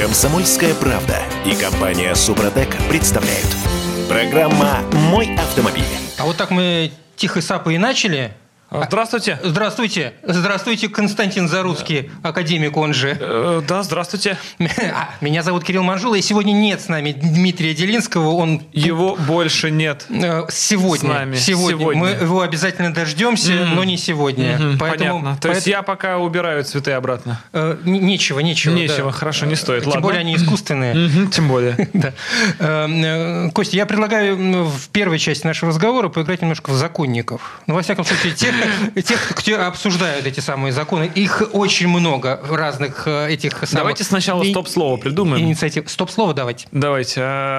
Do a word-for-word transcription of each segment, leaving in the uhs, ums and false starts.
Комсомольская правда и компания «Супротек» представляют. Программа «Мой автомобиль». А вот так мы тихо сапы и начали. Здравствуйте. Здравствуйте. Здравствуйте, Константин Заруцкий, академик, он же. Э, да, здравствуйте. Меня зовут Кирилл Манжула, и сегодня нет с нами Дмитрия Делинского. Он... Его больше нет. Сегодня. С нами. Сегодня. Сегодня. Мы его обязательно дождемся, mm-hmm. но не сегодня. Mm-hmm. Поэтому, Понятно. То поэтому... есть я пока убираю цветы обратно. Э, нечего, нечего. Нечего, да. хорошо, не стоит. Тем Ладно. более они искусственные. Mm-hmm, тем более. Да. Костя, я предлагаю в первой части нашего разговора поиграть немножко в законников. Ну, во всяком случае, тех, тех, кто обсуждают эти самые законы. Их очень много разных этих самых... Давайте сначала стоп-слово придумаем. Инициатив. Стоп-слово давайте. Давайте.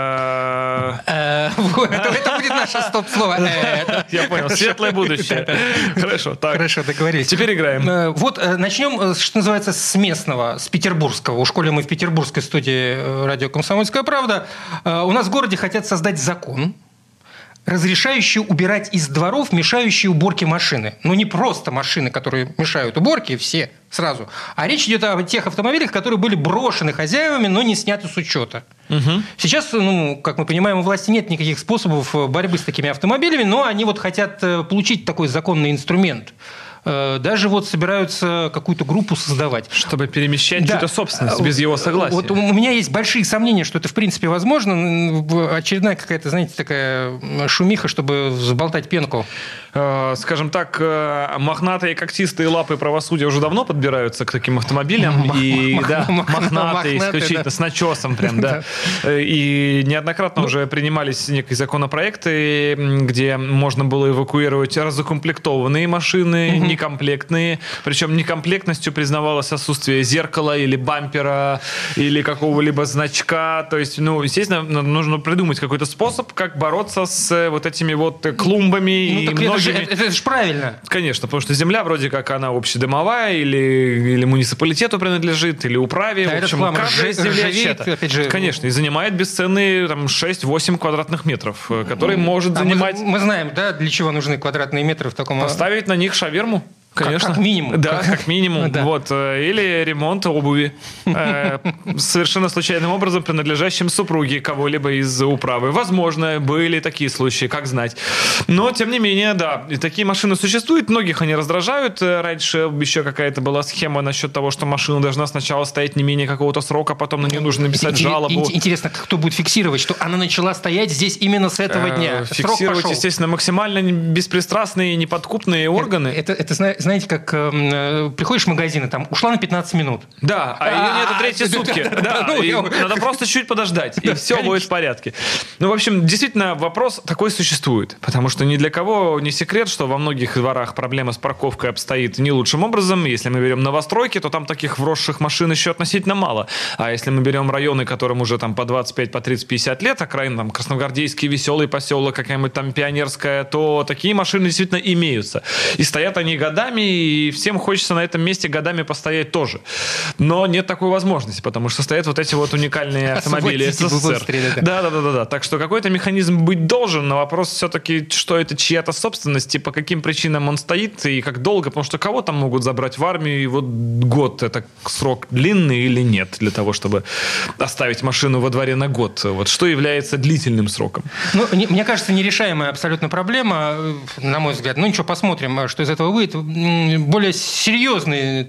Это будет наше стоп-слово. Я понял. Светлое будущее. Хорошо. Хорошо, договорились. Теперь играем. Вот начнем, что называется, с местного, с петербургского. У школы мы в петербургской студии радио «Комсомольская правда». У нас в городе хотят создать закон, разрешающий убирать из дворов мешающие уборке машины. Но не просто машины, которые мешают уборке, все сразу. А речь идет о тех автомобилях, которые были брошены хозяевами, но не сняты с учета. Угу. Сейчас, ну, как мы понимаем, у власти нет никаких способов борьбы с такими автомобилями, но они вот хотят получить такой законный инструмент. Даже вот собираются какую-то группу создавать. Чтобы перемещать да. чью-то собственность без его согласия. Вот у меня есть большие сомнения, что это в принципе возможно. Очередная какая-то, знаете, такая шумиха, чтобы заболтать пенку. Скажем так, мохнатые когтистые лапы правосудия уже давно подбираются к таким автомобилям. Мах, и, мах, да, мах, мохнатые, мохнатые исключительно, да. с начесом прям, да. И неоднократно ну, уже принимались некие законопроекты, где можно было эвакуировать разукомплектованные машины, угу. некомплектные. Причем некомплектностью признавалось отсутствие зеркала или бампера, или какого-либо значка. То есть, ну, естественно, нужно придумать какой-то способ, как бороться с вот этими вот клумбами ну, и многими... Это, это же правильно. Конечно, потому что земля вроде как она общедомовая или, или муниципалитету принадлежит, или управе. Да, в общем, хлам каждая ржа... земля ржавеет, опять же... Конечно, и занимает бесценные там, шесть-восемь квадратных метров, которые может а занимать... Мы, мы знаем, да, для чего нужны квадратные метры в таком... Поставить на них шаверму. Конечно. Как, как минимум. Да, как, как минимум. да. Вот. Или ремонт обуви. Совершенно случайным образом принадлежащим супруге кого-либо из управы. Возможно, были такие случаи, как знать. Но, тем не менее, да, и такие машины существуют. Многих они раздражают. Раньше еще какая-то была схема насчет того, что машина должна сначала стоять не менее какого-то срока, потом на нее нужно написать жалобу. Интересно, кто будет фиксировать, что она начала стоять здесь именно с этого дня? Фиксировать, естественно, максимально беспристрастные, неподкупные органы. Это, это, это знаете, как э, приходишь в магазин, и там ушла на пятнадцать минут. Да, а ее нету третьи сутки. Да, надо просто чуть подождать, и все будет в порядке. Ну, в общем, действительно, вопрос такой существует. Потому что ни для кого не секрет, что во многих дворах проблема с парковкой обстоит не лучшим образом. Если мы берем новостройки, то там таких вросших машин еще относительно мало. А если мы берем районы, которым уже там по двадцать пять, по тридцать, пятьдесят лет, окраин там Красногвардейский, Веселый поселок, какая-нибудь там Пионерская, то такие машины действительно имеются. И стоят они годами, и всем хочется на этом месте годами постоять тоже. Но нет такой возможности, потому что стоят вот эти вот уникальные автомобили СССР. Да, да, да, да, да. Так что какой-то механизм быть должен, но вопрос все-таки, что это чья-то собственность, и по каким причинам он стоит, и как долго, потому что кого там могут забрать в армию, и вот год это срок длинный или нет для того, чтобы оставить машину во дворе на год. Вот что является длительным сроком? Ну, не, мне кажется, нерешаемая абсолютно проблема, на мой взгляд. Ну, ничего, посмотрим, что из этого выйдет. Более серьезный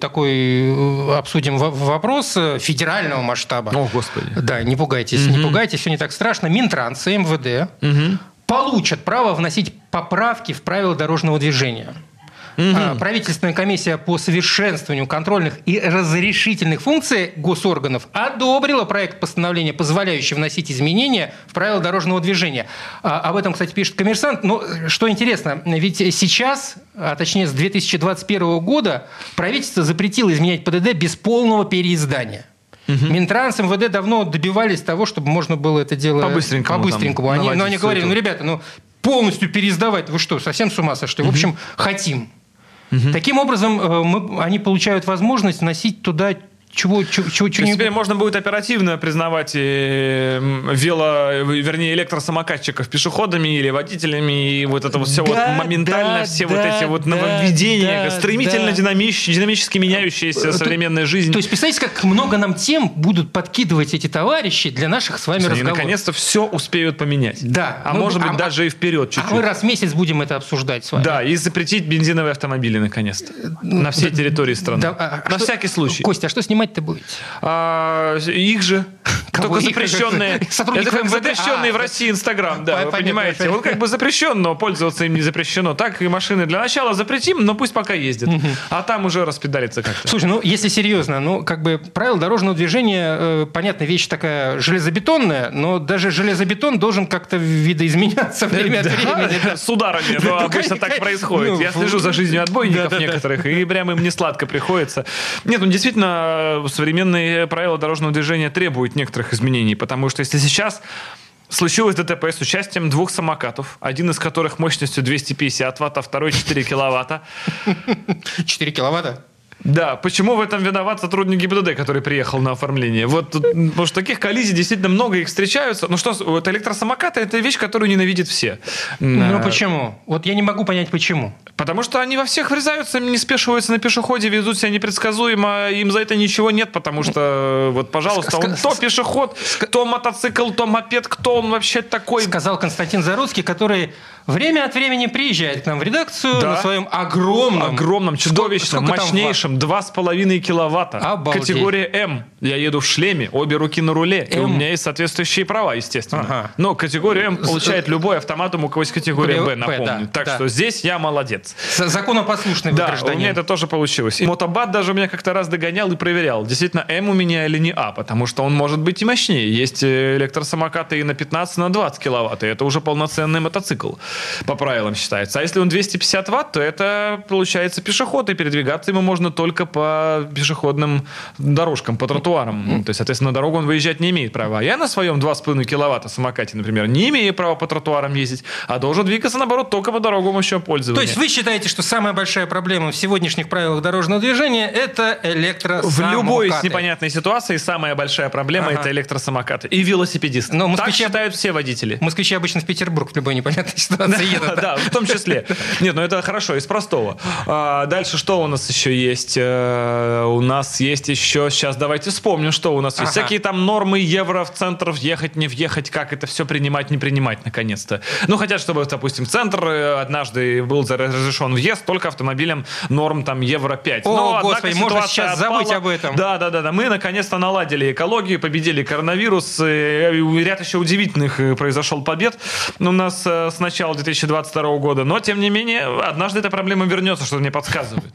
такой обсудим вопрос федерального масштаба. О, Господи. Да, не пугайтесь, угу. не пугайтесь, все не так страшно. Минтранс и МВД угу. получат право вносить поправки в правила дорожного движения. Угу. Правительственная комиссия по совершенствованию контрольных и разрешительных функций госорганов одобрила проект постановления, позволяющий вносить изменения в правила дорожного движения. Об этом, кстати, пишет «Коммерсант». Но что интересно, ведь сейчас, а точнее с две тысячи двадцать первого года, правительство запретило изменять ПДД без полного переиздания. Угу. Минтранс, МВД давно добивались того, чтобы можно было это дело по-быстренькому. по-быстренькому. Они, но они говорили, ну, ребята, ну, полностью переиздавать, вы что, совсем с ума сошли? Угу. В общем, хотим. Угу. Таким образом, мы, они получают возможность вносить туда чего, чего, чего, чего не... Теперь можно будет оперативно признавать э, вело, вернее, электросамокатчиков пешеходами или водителями, и вот это вот все да, вот моментально, да, все да, вот эти вот да, нововведения, да, стремительно да. динамич, динамически меняющаяся то, современная жизнь. То есть, представляете, как много нам тем будут подкидывать эти товарищи для наших с вами Они разговоров. Они наконец-то все успеют поменять. Да. А мы, может быть, а, даже и вперед чуть-чуть. А мы раз в месяц будем это обсуждать с вами. Да, и запретить бензиновые автомобили наконец-то. На всей да, территории страны. Да, а на что, всякий случай. Костя, а что снимать-то будете? А, их же. Кого Только запрещенные. Это как запрещенный а, в России Инстаграм, да, вы понимаете. Понятно. Он как бы запрещен, но пользоваться им не запрещено. Так и машины для начала запретим, но пусть пока ездят. Угу. А там уже распедалится как-то. Слушай, ну если серьезно, ну как бы правила дорожного движения, э, понятно, вещь такая железобетонная, но даже железобетон должен как-то видоизменяться время от времени. С ударами, но обычно так происходит. Я слежу за жизнью отбойников некоторых, и прям им не сладко приходится. Нет, ну действительно, современные правила дорожного движения требуют некоторых изменений, потому что если сейчас случилось ДТП с участием двух самокатов, один из которых мощностью двести пятьдесят ватт, а второй четыре киловатта. четыре киловатта? Да, почему в этом виноват сотрудник ГИБДД, который приехал на оформление? Вот, потому что таких коллизий действительно много, их встречаются. Ну что, вот электросамокаты – это вещь, которую ненавидят все. Ну почему? Вот я не могу понять, почему. Потому что они во всех врезаются, не спешиваются на пешеходе, ведут себя непредсказуемо, им за это ничего нет, потому что, вот, пожалуйста, он то пешеход, то мотоцикл, то мопед, кто он вообще такой? Сказал Константин Заруцкий, который время от времени приезжает к нам в редакцию да. на своем огромном... Огромном, чудовищном, мощнейшем, два с половиной киловатта. Обалдеть. Категория М. Я еду в шлеме, обе руки на руле, М. и у меня есть соответствующие права, естественно. Ага. Но категорию М получает любой автоматом, у кого есть категория Б, напомню. Да, так да. что здесь я молодец. Законопослушный да, гражданин. У меня это тоже получилось. И мотобат даже у меня как-то раз догонял и проверял, действительно, М у меня или не А, потому что он может быть и мощнее. Есть электросамокаты и на пятнадцать, на двадцать киловатт, и это уже полноценный мотоцикл, по правилам считается. А если он двести пятьдесят ватт, то это, получается, пешеход, и передвигаться ему можно только по пешеходным дорожкам, по тротуарам. Mm-hmm. То есть, соответственно, на дорогу он выезжать не имеет права. Я на своем два с половиной киловатта самокате, например, не имею права по тротуарам ездить, а должен двигаться, наоборот, только по дорогам еще пользования. То есть вы считаете, что самая большая проблема в сегодняшних правилах дорожного движения – это электросамокаты? В любой непонятной ситуации самая большая проблема ага. – это электросамокаты. И велосипедисты. Но москвичи, так считают все водители. Москвичи обычно в Петербург в любой непонятной ситуации едут. Да, в том числе. Нет, ну это хорошо, из простого. Дальше что у нас еще есть? У нас есть еще, сейчас давайте вспомним, что у нас есть. Всякие там нормы евро в центр въехать, не въехать, как это все принимать, не принимать, наконец-то. Ну, хотят, чтобы, допустим, в центр однажды был разрешен въезд только автомобилям норм там евро пять. О, но, Господи, однако, можно сейчас отпала. Забыть об этом. Да, да, да, да. Мы наконец-то наладили экологию, победили коронавирус. Ряд еще удивительных произошел побед у нас с начала две тысячи двадцать второго года. Но, тем не менее, однажды эта проблема вернется, что мне подсказывает.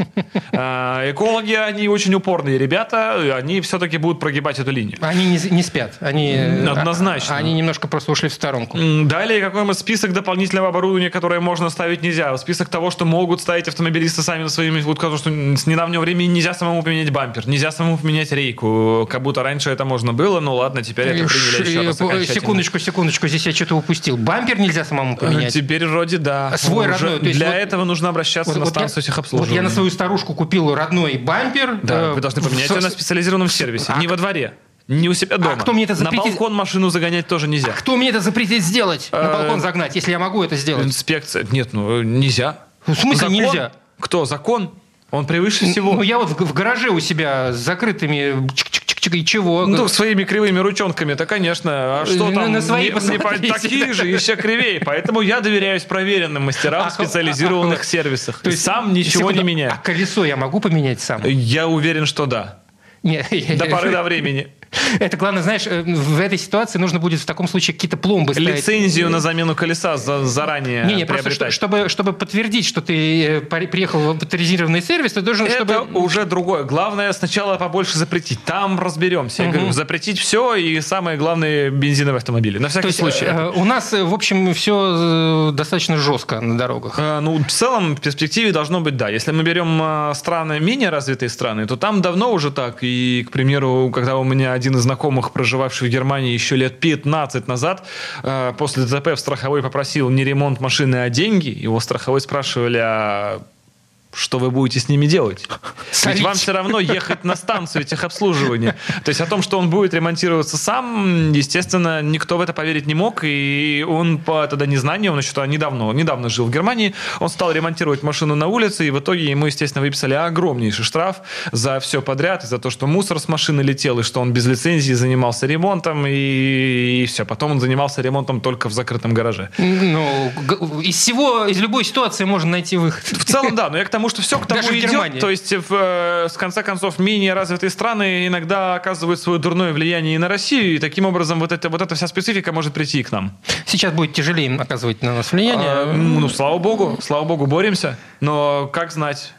Экологи, они очень упорные ребята, они все-таки будут прогибать эту линию. Они не, не спят. Они, Однозначно. Они немножко просто ушли в сторонку. Далее какой-нибудь список дополнительного оборудования, которое можно ставить нельзя. Список того, что могут ставить автомобилисты сами на своими... Вот потому что с недавнего времени нельзя самому поменять бампер, нельзя самому поменять рейку. Как будто раньше это можно было, ну ладно, теперь это приняли еще раз окончательно. Секундочку, секундочку, здесь я что-то упустил. Бампер нельзя самому поменять? Теперь вроде да. Свой уже родной. То есть для вот, этого нужно обращаться вот, на станцию техобслуживания. Вот я на свою старушку купил родной бампер. Да, э, вы должны поменять его на специализированном сервисе, а, не во дворе. Не у себя дома. А кто мне это запретит? На балкон машину загонять тоже нельзя. А кто мне это запретит сделать? На балкон загнать, если я могу это сделать? Инспекция. Нет, ну нельзя. В смысле Закон? нельзя? Кто? Закон? Он превыше всего. Ну я вот в, в гараже у себя с закрытыми... И чего? Ну, своими кривыми ручонками-то, конечно. А что там? На свои не, не, такие же, еще кривее. Поэтому я доверяюсь проверенным мастерам в специализированных сервисах. То есть сам ничего не меняю. А колесо я могу поменять сам? Я уверен, что да. Нет, до поры до времени. Это главное, знаешь, в этой ситуации нужно будет в таком случае какие-то пломбы ставить. Лицензию на замену колеса за, заранее не, не, просто чтобы, чтобы подтвердить, что ты приехал в авторизированный сервис, ты должен... Это чтобы... уже другое. Главное сначала побольше запретить. Там разберемся. Я угу. говорю, запретить все и самое главное бензиновые автомобили. На всякий То есть, случай. Э, у нас, в общем, все достаточно жестко на дорогах. Э, ну, в целом, в перспективе должно быть да. Если мы берем страны, менее развитые страны, то там давно уже так. И, к примеру, когда у меня один из знакомых, проживавший в Германии еще лет пятнадцать назад, после ДТП в страховой попросил не ремонт машины, а деньги. Его страховой спрашивали, а что вы будете с ними делать? Солить. Ведь вам все равно ехать на станцию техобслуживания. То есть о том, что он будет ремонтироваться сам, естественно, никто в это поверить не мог. И он по тогда незнанию, он еще тогда недавно, недавно жил в Германии, он стал ремонтировать машину на улице, и в итоге ему, естественно, выписали огромнейший штраф за все подряд, за то, что мусор с машины летел, и что он без лицензии занимался ремонтом, и, и все. Потом он занимался ремонтом только в закрытом гараже. Ну, из всего, из любой ситуации можно найти выход. В целом, да, но я к тому, что все к тому Даже в идет. Германии. То есть, в, э, с конца концов, менее развитые страны иногда оказывают свое дурное влияние и на Россию, и таким образом вот, это, вот эта вся специфика может прийти к нам. Сейчас будет тяжелее оказывать на нас влияние. А, ну, слава богу, слава богу, боремся, но как знать...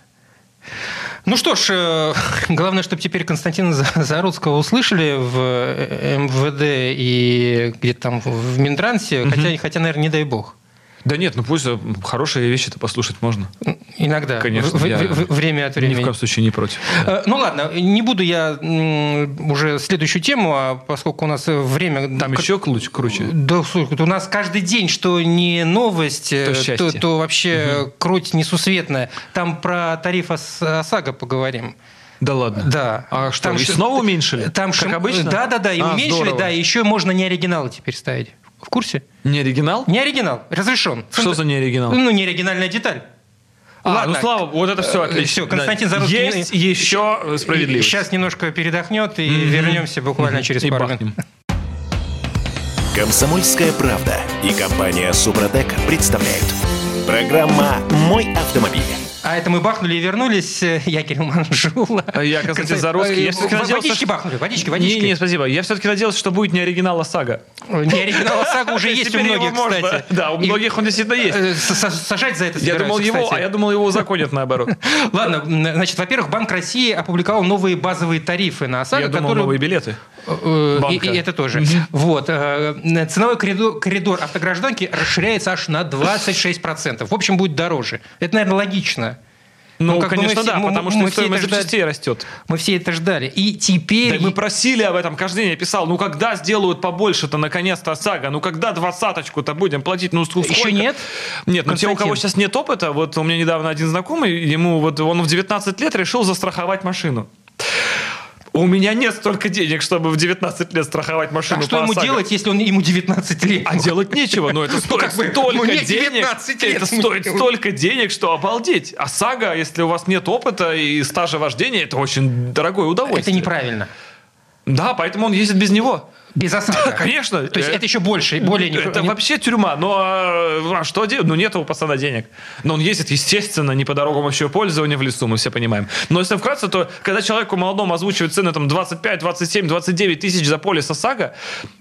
Ну что ж, э, главное, чтобы теперь Константина Заруцкого услышали в эм вэ дэ и где-то там в Минтрансе, угу. хотя, хотя, наверное, не дай бог. Да нет, ну пусть хорошие вещи-то послушать можно. Иногда. Конечно. В, в, в, время от времени. Ни в коем случае не против. Да. Ну ладно, не буду я уже следующую тему, а поскольку у нас время... Там к... еще круче, круче. Да, у нас каждый день, что не новость, то, то, то вообще угу. круть несусветная. Там про тариф ОСАГО поговорим. Да ладно? Да. А что, там и снова уменьшили? Там как шим... обычно? Да-да-да, и а, уменьшили, здорово. да, и еще можно не оригиналы теперь ставить. В курсе? Не оригинал? Не оригинал, разрешен. Что за не оригинал? Ну, не оригинальная деталь. А, Ладно. ну слава, вот это все отлично. Все, Константин да. Заруцкий. Есть еще справедливость. Сейчас немножко передохнет и mm-hmm. вернемся буквально mm-hmm. через и пару бахнем. минут. «Комсомольская правда» и компания «Супротек» представляют. Программа «Мой автомобиль». А это мы бахнули и вернулись. Я Кирилл Манжула. Я Константин Заруцкий. Я все-таки надеялся, водички бахнули, водички, водички. Не, не, спасибо. Я все-таки надеялся, что будет не оригинал ОСАГО. Не оригинал ОСАГО уже есть у многих, кстати. Да, у многих он действительно есть. Сажать за это я думал его, А я думал, его узаконят наоборот. Ладно, значит, во-первых, Банк России опубликовал новые базовые тарифы на ОСАГО. Я думал, новые билеты. И, и это тоже. Вот. Ценовой коридор, коридор автогражданки расширяется аж на двадцать шесть процентов. В общем, будет дороже. Это, наверное, логично. Ну, ну конечно, все, да, мы, потому мы что стоимость запчастей растет. Мы все это ждали. И теперь... Да, мы просили об этом каждый день. Я писал, ну когда сделают побольше-то, наконец-то, ОСАГО? Ну когда двадцаточку-то будем платить? Ну сколько? Еще нет? Нет, ну те, у кого сейчас нет опыта, вот у меня недавно один знакомый, ему вот он в девятнадцать лет решил застраховать машину. У меня нет столько денег, чтобы в девятнадцать лет страховать машину. А что ему ОСАГО. делать, если он, ему девятнадцать лет? А делать нечего, но это стоит как бы, столько ну, нет, денег. Это стоит столько денег, что обалдеть. ОСАГО, если у вас нет опыта и стажа вождения, это очень дорогое удовольствие. Это неправильно. Да, поэтому он ездит без него. Без ОСАГО? Да, конечно. То есть это еще больше, более... Это не... вообще тюрьма. Но а что делать? Ну, нет у пацана денег. Но он ездит, естественно, не по дорогам общего пользования в лесу, мы все понимаем. Но если вкратце, то когда человеку молодому озвучивают цены там двадцать пять, двадцать семь, двадцать девять тысяч за полис ОСАГО,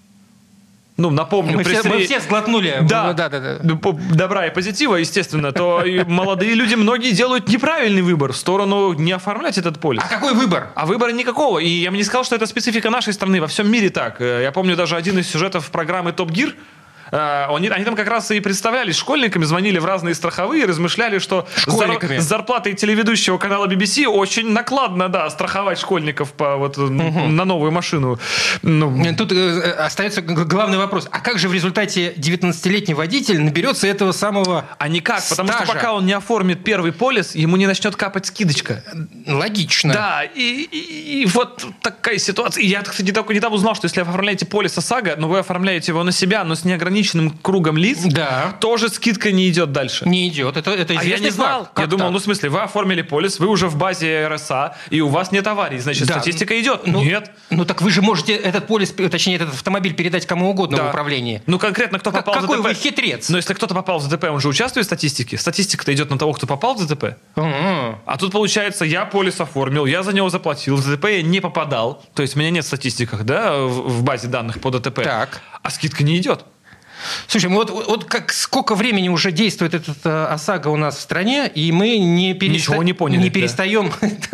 ну, напомню, мы, все, сред... мы все сглотнули. Да, да, да, да. Добра и позитива, естественно, то молодые люди многие делают неправильный выбор в сторону не оформлять этот полис. А какой выбор? А выбора никакого. И я бы не сказал, что это специфика нашей страны. Во всем мире так. Я помню даже один из сюжетов программы «Топ Гир». Они, они там как раз и представлялись школьниками, звонили в разные страховые, размышляли, что зар, с зарплатой телеведущего канала би би си очень накладно, да, страховать школьников по, вот, угу. на новую машину. Ну. Тут э, остается главный вопрос. А как же в результате девятнадцатилетний водитель наберется этого самого А никак, стажа? потому что пока он не оформит первый полис, ему не начнет капать скидочка. Логично. Да, и, и, и вот такая ситуация. И я, кстати, только недавно узнал, что если вы оформляете полис ОСАГО, но вы оформляете его на себя, но с неограниченным кругом лиц, да. тоже скидка не идет дальше. Не идет. Это, это а я не знал. Как я думал, так? ну в смысле, вы оформили полис, вы уже в базе эр эс а, и у вас нет аварий, значит, да. статистика идет. Ну, нет. Ну так вы же можете этот полис, точнее, этот автомобиль передать кому угодно да. в управлении. Ну конкретно, кто как, попал какой в ДТП. Какой вы хитрец. Но если кто-то попал в ДТП, он же участвует в статистике. Статистика-то идет на того, кто попал в ДТП. Uh-huh. А тут получается, я полис оформил, я за него заплатил, в ДТП я не попадал. То есть у меня нет в статистиках, да, в, в базе данных по ДТП. Так. А скидка не идет. Слушай, вот, вот как сколько времени уже действует этот э, ОСАГО у нас в стране, и мы не, переста... Ничего не, поняли, не, да. перестаем,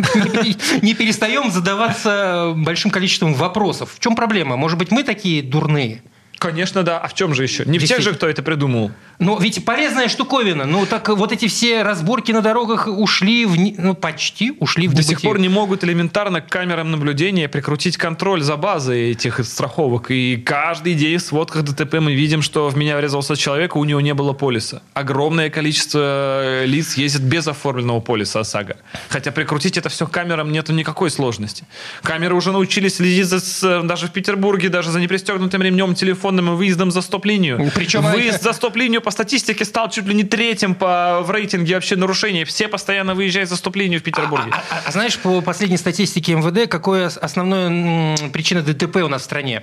не перестаем задаваться большим количеством вопросов. В чем проблема? Может быть, мы такие дурные? Конечно, да. А в чем же еще? Не в тех же, кто это придумал. Ну, ведь полезная штуковина. Ну, так вот эти все разборки на дорогах ушли в... Ну, почти ушли в До небытие. сих пор не могут элементарно к камерам наблюдения прикрутить контроль за базой этих страховок. И каждый день в сводках ДТП мы видим, что в меня врезался человек, у него не было полиса. Огромное количество лиц ездит без оформленного полиса ОСАГО. Хотя прикрутить это все к камерам нету никакой сложности. Камеры уже научились следить за, даже в Петербурге, даже за непристегнутым ремнем телефонным и выездом за стоп-линию. Причем Выезд за стоп-линию по статистике стал чуть ли не третьим по, в рейтинге вообще нарушений. Все постоянно выезжают за стоп-линию в Петербурге. А, а, а знаешь, по последней статистике МВД, какая основная м, причина ДТП у нас в стране?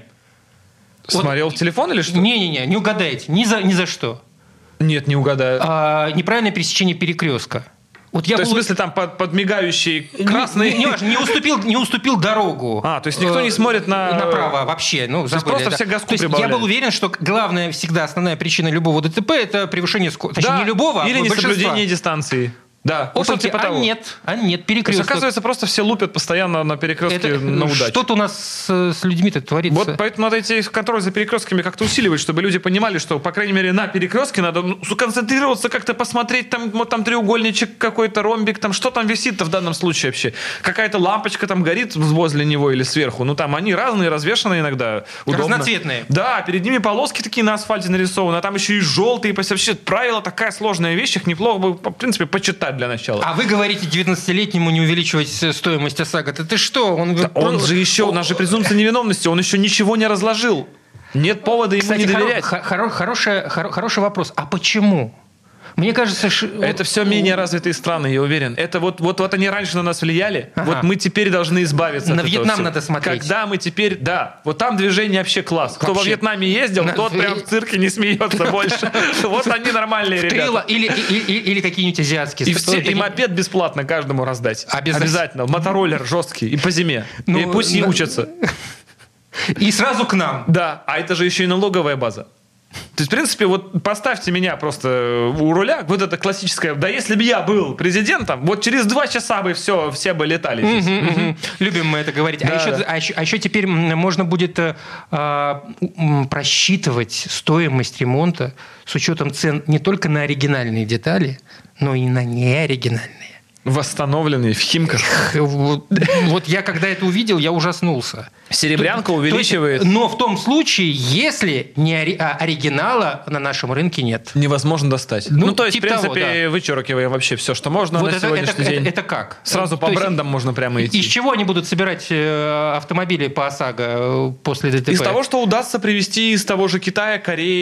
Смотрел вот, в телефон или что? Не-не-не, не угадаете, ни за, ни за что. Нет, не угадаю. А, неправильное пересечение перекрестка. Вот я то был... есть, в смысле, там под, под мигающий красный... Не, не, не, не, уступил, не уступил дорогу. А, то есть никто не смотрит на... Направо вообще. Ну, то есть просто да. все газку То есть прибавляют. я был уверен, что главная всегда основная причина любого ДТП – это превышение скорости. Точнее, да, не любого, или а несоблюдение дистанции. Да, Опаньки, вот типа а того. нет, а нет, То есть, перекресток. оказывается, просто все лупят постоянно на перекрестке Это, на удачу. Что-то у нас с, с людьми-то творится. Вот поэтому надо эти контроль за перекрестками как-то усиливать, чтобы люди понимали, что, по крайней мере, на перекрестке надо ну, сконцентрироваться, как-то посмотреть, там, вот, там треугольничек какой-то, ромбик, там что там висит-то в данном случае вообще? Какая-то лампочка там горит возле него или сверху. Ну, там они разные, развешаны иногда. Удобно. Разноцветные. Да, перед ними полоски такие на асфальте нарисованы, а там еще и желтые. Вообще, правило, такая сложная вещь, их неплохо бы, в принципе, почитать для начала. А вы говорите девятнадцатилетнему не увеличивать стоимость ОСАГО. Ты, ты что? Он, да он же еще, у нас же презумпция невиновности, он еще ничего не разложил. Нет повода ему Кстати, не доверять. Хоро- хоро- хороший, хоро- хороший вопрос. А почему? Мне кажется, ш... это все менее развитые страны, я уверен. Это вот, вот, вот они раньше на нас влияли, Ага. вот мы теперь должны избавиться на от этого Вьетнам всего. надо смотреть. Когда мы теперь, да, вот там движение вообще класс. Кто Вообще. во Вьетнаме ездил, На- тот прям в цирке не смеется больше. Вот они нормальные ребята. Или, или, или, или какие-нибудь азиатские. И, все, и Такие- мопед бесплатно каждому раздать. Обязательно. Обязательно. Мотороллер жесткий и по зиме. Ну, и пусть и на- учатся. И сразу к нам. Да, а это же еще и налоговая база. То есть, в принципе, вот поставьте меня просто у руля, вот это классическое, да если бы я был президентом, вот через два часа бы все, все бы летали здесь. Мгм, мгм. Любим мы это говорить. Да, а, еще, да. а, еще, а еще теперь м, можно будет э, м, просчитывать стоимость ремонта с учетом цен не только на оригинальные детали, но и на неоригинальные. Восстановленные в Химках. Вот, вот я когда это увидел, я ужаснулся. Серебрянка То- то есть, увеличивает. но в том случае, если не ори- а оригинала на нашем рынке нет. Невозможно достать. Ну, Ну, то есть, типа в принципе, того, да. вычеркиваем вообще все, что можно Вот на это, сегодняшний это- день. это- это как? Сразу То по есть брендам можно прямо идти. Из чего они будут собирать э, автомобили по ОСАГО э, после ДТП? Из того, что удастся привезти из того же Китая,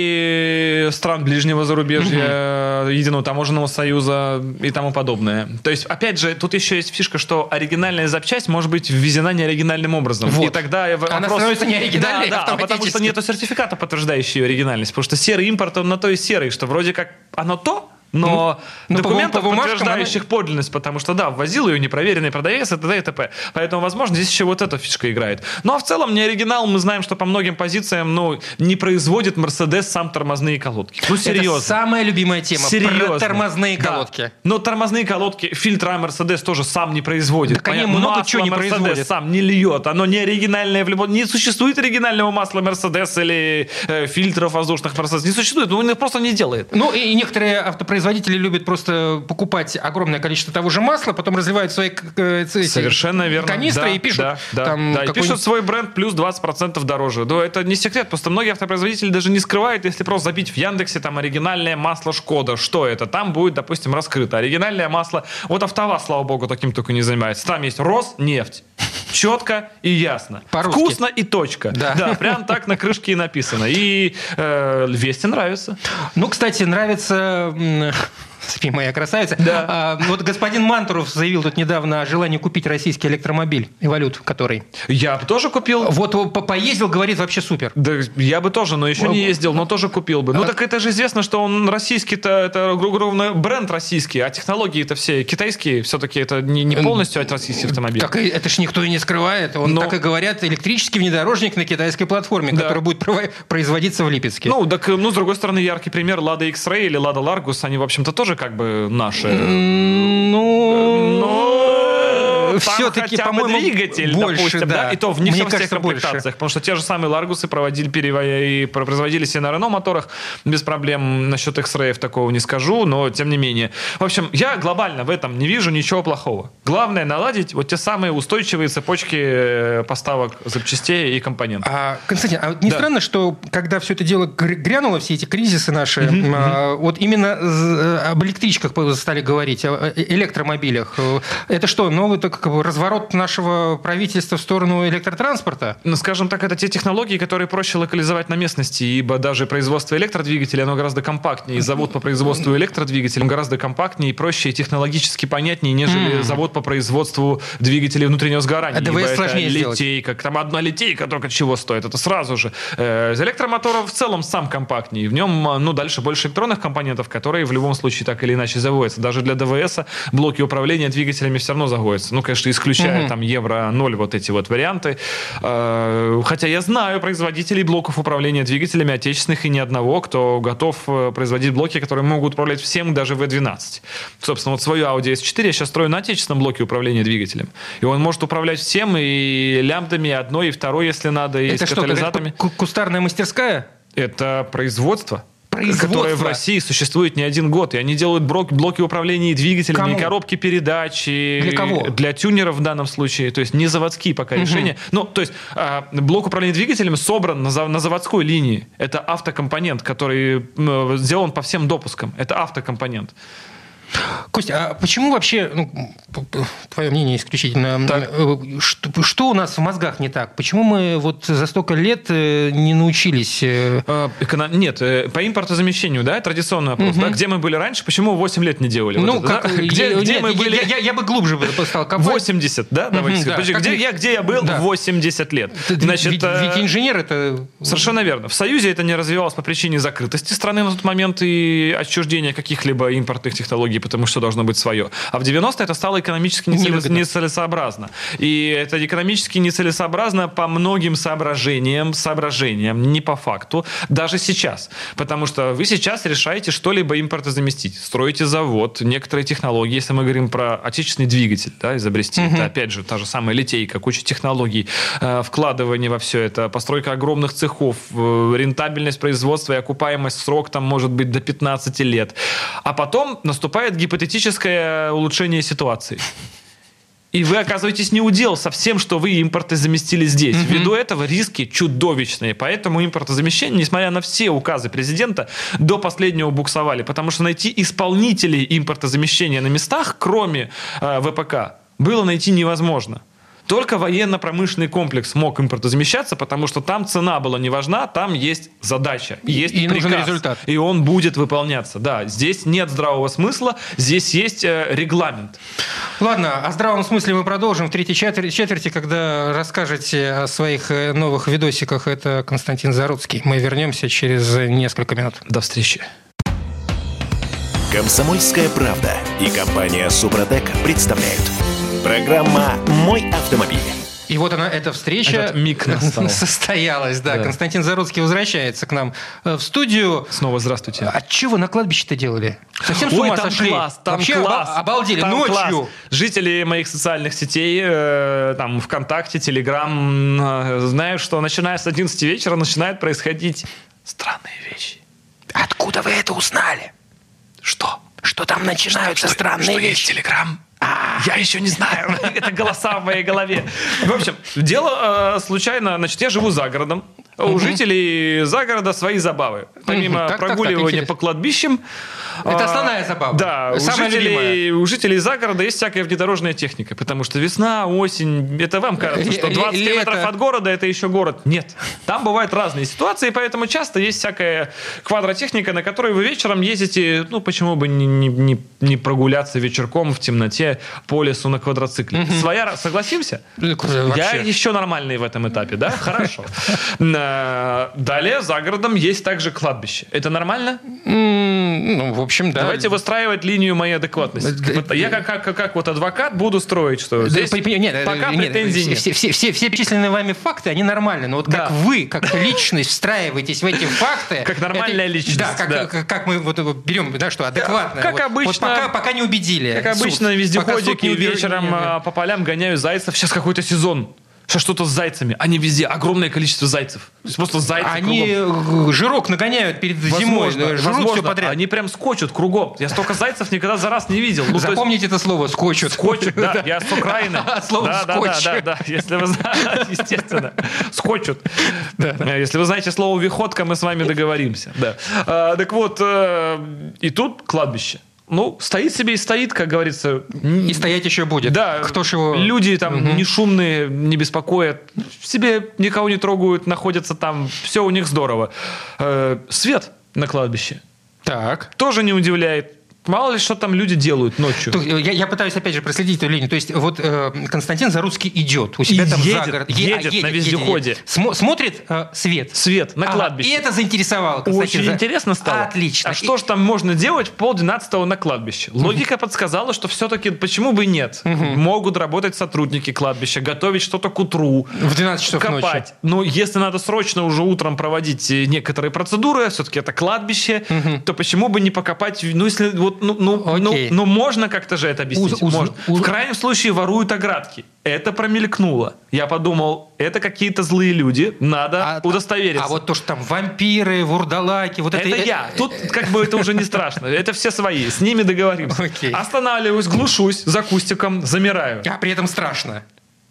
Кореи, стран ближнего зарубежья, Единого таможенного союза и тому подобное. То есть, опять же, тут еще есть фишка, что оригинальная запчасть может быть ввезена неоригинальным образом. Вот. И тогда вопрос... Она становится неоригинальной Да, да, а потому что автоматически. нету сертификата, подтверждающего ее оригинальность. Потому что серый импорт, он на то и серый, что вроде как оно то, но Ну, по документов, бум- по бумажкам подтверждающих подлинность, потому что, да, ввозил ее непроверенный продавец и т.д. и т.п. Поэтому, возможно, здесь еще вот эта фишка играет. Ну, а в целом, не оригинал, мы знаем, что по многим позициям, ну, не производит Мерседес сам тормозные колодки. Ну, серьезно. Это самая любимая тема. Серьезно. Про тормозные Да. колодки. Но тормозные колодки, фильтра Мерседес тоже сам не производит. Так они Понятно? много Масло чего не Mercedes производят. сам не льет. Оно не оригинальное в любом... Не существует оригинального масла Мерседес или э, фильтров воздушных Мерседес. Не существует. Он их просто не делает. Ну, и некоторые автопроизводители любят просто покупать огромное количество того же масла, потом разливают свои э, эти Совершенно верно. канистры Да, и пишут да, да, там да. И какой-нибудь- пишут свой бренд плюс двадцать процентов дороже. Да, это не секрет, просто многие автопроизводители даже не скрывают, если просто забить в Яндексе там оригинальное масло Шкода, что это? Там будет, допустим, раскрыто. Оригинальное масло, вот АвтоВАЗ, слава богу, таким только не занимается. Там есть Роснефть. Четко и ясно. По-русски. Вкусно и точка. Да. Да, прям так на крышке и написано. И э, Весте нравится. Ну, кстати, нравится... м, Спи, моя красавица. Да. А, вот господин Мантуров заявил тут недавно о желании купить российский электромобиль, Эволют, который. Я бы тоже купил. Вот он по- поездил, говорит, вообще супер. Да, я бы тоже, но еще не ездил, но тоже купил бы. Ну, так это же известно, что он российский-то, это, грубо говоря, бренд российский, а технологии-то все китайские, все-таки это не, не полностью российский автомобиль. Так и это ж никто и не скрывает. Он Но- так и говорят, электрический внедорожник на китайской платформе, Да. который будет прово- производиться в Липецке. Ну, так, ну, с другой стороны, яркий пример Lada X-Ray или Lada Largus, они, в общем-то, тоже как бы наши. Ну... Ну, все-таки, хотя бы по-моему, двигатель, больше, допустим, да. да. И то в не Мне всех кажется, комплектациях. больше. Потому что те же самые Ларгусы проводили, перевоя... и производились и на Рено моторах без проблем. Насчет X-Ray такого не скажу, но тем не менее. В общем, я глобально в этом не вижу ничего плохого. Главное наладить вот те самые устойчивые цепочки поставок запчастей и компонентов. А, Константин, а вот не Да. странно, что когда все это дело гр- грянуло, все эти кризисы наши, Мгм, а, вот именно з- об электричках стали говорить, о электромобилях. Это что, новый так, как бы, разворот нашего правительства в сторону электротранспорта? Ну, скажем так, это те технологии, которые проще локализовать на местности, ибо даже производство электродвигателей, оно гораздо компактнее. И завод по производству электродвигателей гораздо компактнее и проще и технологически понятнее, нежели Mm. завод по производству двигателей внутреннего сгорания. А ДВС ибо это сложнее сделать. литейка, там одна литейка только чего стоит, это сразу же. Э, Из электромотора в целом сам компактнее. В нем, ну, дальше больше электронных компонентов, которые в любом случае так или иначе заводятся. Даже для ДВС блоки управления двигателями все равно заводятся. Ну, конечно, исключая Мгм. там евро ноль, вот эти вот варианты. Э, Хотя я знаю производителей блоков управления двигателями отечественных и ни одного, кто готов э, производить блоки, которые могут управлять всем, даже ви двенадцать. Собственно, вот свою Audi эс четыре я сейчас строю на отечественном блоке управления двигателем. И он может управлять всем, и лямбдами, и одной, и второй, если надо, и Это с что, катализаторами. какая-то ку- кустарная мастерская? Это производство. Производство? Которое в России существует не один год. И они делают блок- блоки управления двигателями, Кому? и коробки передач. И Для кого? Для тюнеров в данном случае. То есть не заводские пока Мгм. решения. Ну, то есть а, блок управления двигателем собран на, за- на заводской линии. Это автокомпонент, который м, сделан по всем допускам. Это автокомпонент. Костя, а почему вообще, ну, твое мнение исключительно, Так. э, что, что у нас в мозгах не так? Почему мы вот за столько лет э, не научились... э, А, эконом- Нет, э, по импортозамещению, да, традиционный вопрос. Мгм. Да, где мы были раньше, почему восемь лет не делали? Вот Ну, это, как... да? Где, я, где нет, мы я- были? Я, я- я бы глубже бы стал копать. восемьдесят, да? Давайте Мгм, сказать. да. Подожди, Как где, ведь- я, где я был? Да. восемьдесят лет. Ведь- Значит, ведь, э, ведь инженер это... Совершенно верно. В Союзе это не развивалось по причине закрытости страны на тот момент и отчуждения каких-либо импортных технологий, потому что должно быть свое. А в девяностые это стало экономически нецелес- Невыгодно. нецелесообразно. И это экономически нецелесообразно по многим соображениям, соображениям, не по факту, даже сейчас. Потому что вы сейчас решаете что-либо импортозаместить. Строите завод, некоторые технологии, если мы говорим про отечественный двигатель, да, изобрести. Мгм. Это, опять же, та же самая литейка, куча технологий, э, вкладывание во все это, постройка огромных цехов, э, рентабельность производства и окупаемость, срок там может быть до пятнадцати лет. А потом наступает гипотетическое улучшение ситуации. И вы оказываетесь неудел со всем, что вы импортозаместили здесь. Мгм. Ввиду этого риски чудовищные. Поэтому импортозамещение, несмотря на все указы президента, до последнего буксовали. Потому что найти исполнителей импортозамещения на местах, кроме э, ВПК, было найти невозможно. Только военно-промышленный комплекс мог импортозамещаться, потому что там цена была не важна, там есть задача, есть И нужен приказ, результат. и он будет выполняться. Да, здесь нет здравого смысла, здесь есть э, регламент. Ладно, о здравом смысле мы продолжим в третьей четверти, четверти, когда расскажете о своих э, новых видосиках. Это Константин Заруцкий. Мы вернемся через несколько минут. До встречи. «Комсомольская правда» и компания «Супротек» представляют. Программа «Мой автомобиль». И вот она, эта встреча Этот миг настал. состоялась. Да. Да. Константин Заруцкий возвращается к нам в студию. Снова здравствуйте. А что вы на кладбище-то делали? Совсем с Ой, ума там сошли? класс, там Вообще класс. оба- обалдели. Там Ночью. класс. Жители моих социальных сетей, э, там, ВКонтакте, Телеграм, э, знают, что начиная с одиннадцати вечера начинают происходить странные вещи. Откуда вы это узнали? Что? Что там начинаются странные что вещи? есть Телеграм? Я еще не знаю. Это голоса в моей голове. В общем, дело э, случайно. Значит, я живу за городом. У жителей загорода свои забавы. Помимо Так, так, так, прогуливания интересно. по кладбищам. Это а, основная забава. Да, у Самая жителей, любимая. у жителей загорода есть всякая внедорожная техника. Потому что весна, осень. Это вам кажется, что Ле- двадцать лето. километров от города это еще город. Нет. Там бывают разные ситуации, поэтому часто есть всякая квадротехника, на которой вы вечером ездите. Ну, почему бы не, не, не, не прогуляться вечерком в темноте по лесу на квадроцикле. Своя, согласимся? Я Вообще. еще нормальный в этом этапе, да? Хорошо. Э, Далее за городом есть также кладбище. Это нормально? М, Ну, в общем, да. Давайте выстраивать линию моей адекватности. Вот я как, как, как вот адвокат буду строить, что здесь нет, пока нет, претензий нет. Все, все, все, все перечисленные вами факты, они нормальны. Но вот да. как вы, как личность, встраиваетесь в эти факты... Как нормальная это, личность. Да, как, да. Как, как мы вот берем, да, что адекватно. Как вот, обычно. Вот пока, пока не убедили. Как обычно, суд. вездеходики вечером не, по полям гоняю зайцев. Сейчас какой-то сезон. Сейчас что-то с зайцами. Они везде. Огромное количество зайцев. То есть просто зайцы Они кругом. Жирок нагоняют перед зимой. Жрут возможно. Все подряд. Они прям скочут кругом. Я столько зайцев никогда за раз не видел. Ну, запомните есть... это слово «скочут». Скочут, да. Я с Украины. Слово да, «скотч». Да, да, да, да. Если вы знаете, естественно. Скочут. Если вы знаете слово «виходка», мы с вами договоримся. Так вот, и тут кладбище. Ну, стоит себе и стоит, как говорится. И стоять еще будет. Да. Кто ж его... Люди там угу. не шумные, не беспокоят. Себе никого не трогают, находятся там. Все у них здорово. Э, свет на кладбище. Так. Тоже не удивляет. Мало ли, что там люди делают ночью. Я, я пытаюсь, опять же, проследить эту линию. То есть, вот э, Константин Заруцкий идет у себя и там едет, за город. Едет, едет на вездеходе. Едет, едет. Смотрит э, свет. Свет на кладбище. А, и это заинтересовало Константина. Очень интересно стало. Отлично. А что же там можно делать в полдвенадцатого на кладбище? Логика подсказала, что все-таки почему бы и нет. Могут работать сотрудники кладбища, готовить что-то к утру. В двенадцать часов копать. Ночи. Но если надо срочно уже утром проводить некоторые процедуры, все-таки это кладбище, то почему бы не покопать? Ну, если вот, ну, ну, Okay. Ну, можно как-то же это объяснить. Уз, можно. уз, в крайнем случае воруют оградки. Это промелькнуло. Я подумал, это какие-то злые люди, надо а, удостовериться. А вот то, что там вампиры, вурдалаки, вот это... Это я. Тут как бы это уже не страшно. Это все свои. С ними договоримся. Okay. Останавливаюсь, глушусь за кустиком, замираю. А при этом страшно.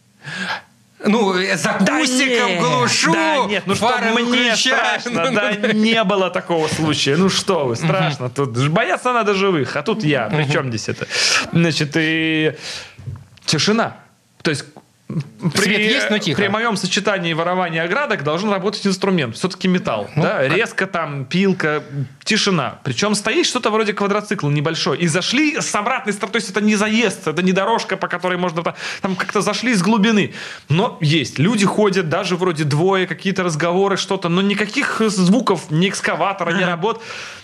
Ну, за кустиком да глушу, да нет, ну что, мне страшно, да не было такого случая. Ну что вы, страшно. Тут бояться надо живых, а тут я. При чем здесь это? Значит, и тишина. То есть При, Свет есть, но тихо. При моем сочетании ворования оградок должен работать инструмент. Все-таки металл. Ну, да? Резко там, пилка, тишина. Причем стоит что-то вроде квадроцикла небольшой. И зашли с обратной стороны. То есть это не заезд, это не дорожка, по которой можно... Там как-то зашли с глубины. Но есть. Люди ходят, даже вроде двое, какие-то разговоры, что-то. Но никаких звуков, ни экскаватора, ни работ.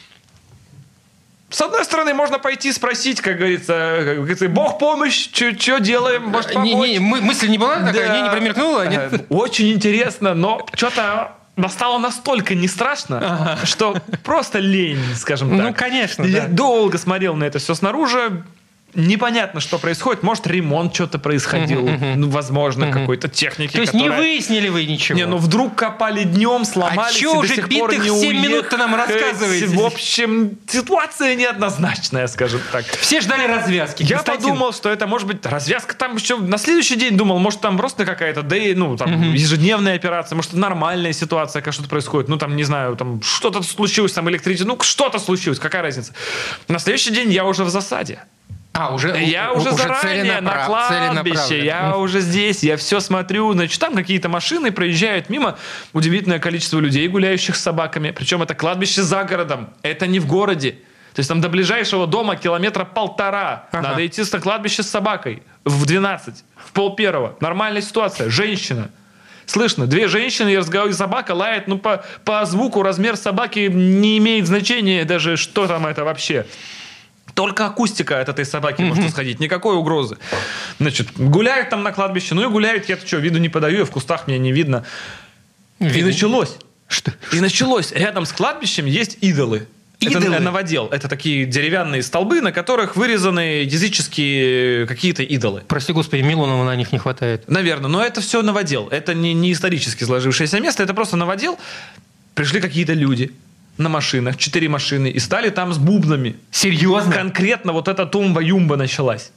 С одной стороны, можно пойти спросить, как говорится, Бог помощь, что делаем, может помочь. Не, не, мысль не была такая, да. не, не промелькнула? Нет? Очень интересно, но что-то стало настолько не страшно, ага. что просто лень, скажем так. Ну, конечно, Я да. долго смотрел на это все снаружи. Непонятно, что происходит. Может, ремонт что-то происходил. Uh-huh, uh-huh. Ну, возможно, uh-huh. какой-то техники. То есть которая... не выяснили вы ничего? Не, ну вдруг копали днем, сломались. А что уже битых семь минут-то нам рассказываете? В общем, ситуация неоднозначная, скажем так. Все ждали развязки. Я Константин. подумал, что это может быть развязка там еще... На следующий день думал, может, там просто какая-то да, ну, там, uh-huh. ежедневная операция, может, нормальная ситуация, как что-то происходит. Ну, там, не знаю, там что-то случилось, там электричество. Ну, что-то случилось, какая разница? На следующий день я уже в засаде. А, уже, я у, уже, уже заранее на кладбище, я mm. уже здесь, я все смотрю, значит, там какие-то машины проезжают мимо, удивительное количество людей, гуляющих с собаками, причем это кладбище за городом, это не в городе, то есть там до ближайшего дома километра полтора, ага. надо идти на кладбище с собакой в двенадцать, в пол первого, нормальная ситуация, женщина. Слышно, две женщины и разговаривают, собака лает, ну по, по звуку размер собаки не имеет значения даже, что там это вообще. Только акустика от этой собаки mm-hmm. может сходить, никакой угрозы. Значит, гуляют там на кладбище, ну и гуляют, я-то что, виду не подаю, я в кустах меня не видно. видно. И началось. Что? И началось. Рядом с кладбищем есть идолы. Идолы? Это новодел. Это такие деревянные столбы, на которых вырезаны языческие какие-то идолы. Прости господи, Милонова на них не хватает. Наверное, но это все новодел. Это не, не исторически сложившееся место, это просто новодел. Пришли какие-то люди на машинах, четыре машины, и стали там с бубнами. Серьезно? Конкретно вот эта тумба-юмба началась.